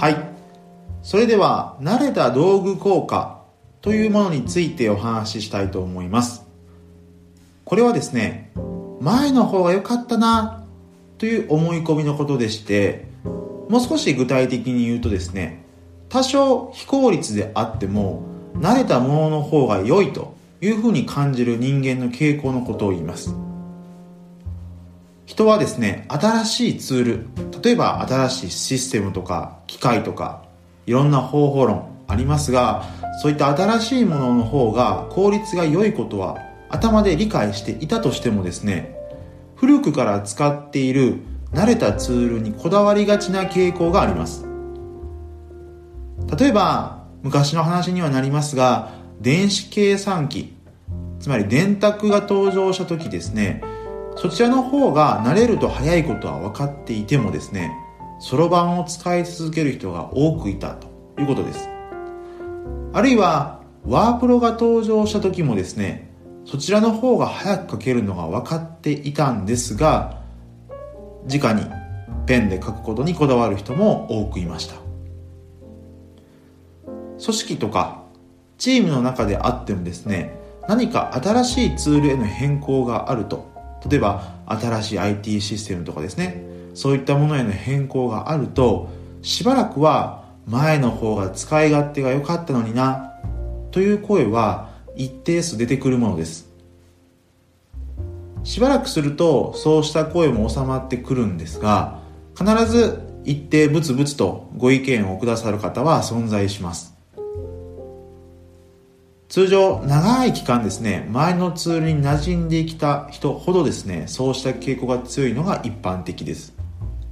はい。それでは、慣れた道具効果というものについてお話ししたいと思います。これはですね、前の方が良かったなという思い込みのことでして、もう少し具体的に言うとですね、多少非効率であっても、慣れたものの方が良いというふうに感じる人間の傾向のことを言います。人はですね、新しいツール、例えば新しいシステムとか機械とかいろんな方法論ありますが、そういった新しいものの方が効率が良いことは頭で理解していたとしてもですね、古くから使っている慣れたツールにこだわりがちな傾向があります。例えば昔の話にはなりますが、電子計算機、つまり電卓が登場した時ですね、そちらの方が慣れると早いことは分かっていてもですね、そろばんを使い続ける人が多くいたということです。あるいはワープロが登場した時もですね、そちらの方が早く書けるのが分かっていたんですが、直にペンで書くことにこだわる人も多くいました。組織とかチームの中であってもですね、何か新しいツールへの変更があると、例えば新しい IT システムとかですね、そういったものへの変更があると、しばらくは前の方が使い勝手が良かったのになという声は一定数出てくるものです。しばらくするとそうした声も収まってくるんですが、必ず一定ブツブツとご意見をくださる方は存在します。通常長い期間ですね、前のツールに馴染んできた人ほどですね、そうした傾向が強いのが一般的です。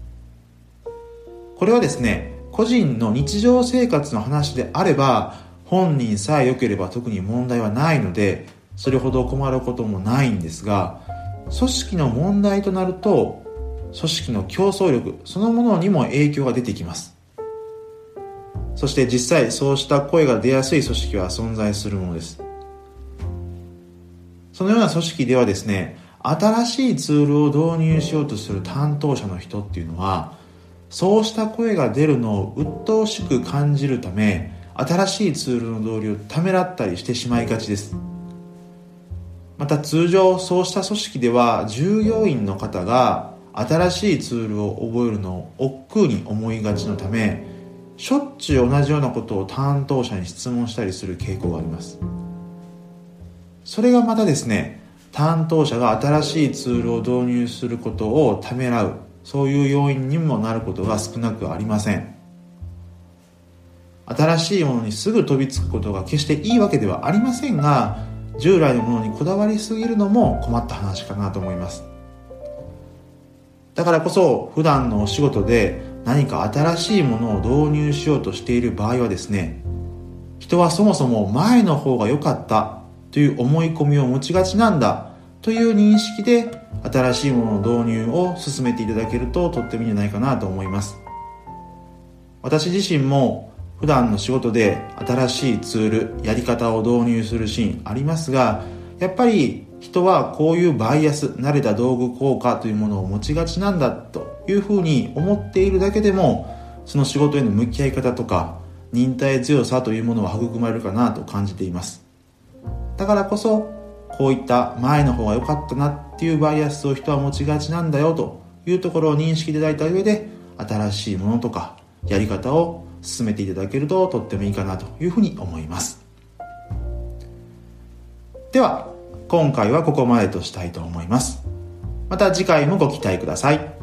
これはですね、個人の日常生活の話であれば、本人さえ良ければ特に問題はないので、それほど困ることもないんですが、組織の問題となると、組織の競争力そのものにも影響が出てきます。そして実際そうした声が出やすい組織は存在するものです。そのような組織ではですね、新しいツールを導入しようとする担当者の人っていうのは、そうした声が出るのを鬱陶しく感じるため、新しいツールの導入をためらったりしてしまいがちです。また通常そうした組織では、従業員の方が新しいツールを覚えるのを億劫に思いがちのため、しょっちゅう同じようなことを担当者に質問したりする傾向があります。それがまたですね、担当者が新しいツールを導入することをためらう、そういう要因にもなることが少なくありません。新しいものにすぐ飛びつくことが決していいわけではありませんが、従来のものにこだわりすぎるのも困った話かなと思います。だからこそ普段のお仕事で何か新しいものを導入しようとしている場合はですね、人はそもそも前の方が良かったという思い込みを持ちがちなんだという認識で新しいものの導入を進めていただけるととってもいいんじゃないかなと思います。私自身も普段の仕事で新しいツール、やり方を導入するシーンありますが、やっぱり人はこういうバイアス、慣れた道具効果というものを持ちがちなんだというふうに思っているだけでも、その仕事への向き合い方とか忍耐強さというものは育まれるかなと感じています。だからこそこういった前の方が良かったなっていうバイアスを人は持ちがちなんだよというところを認識いただいた上で、新しいものとかやり方を進めていただけるととってもいいかなというふうに思います。では今回はここまでとしたいと思います。また次回もご期待ください。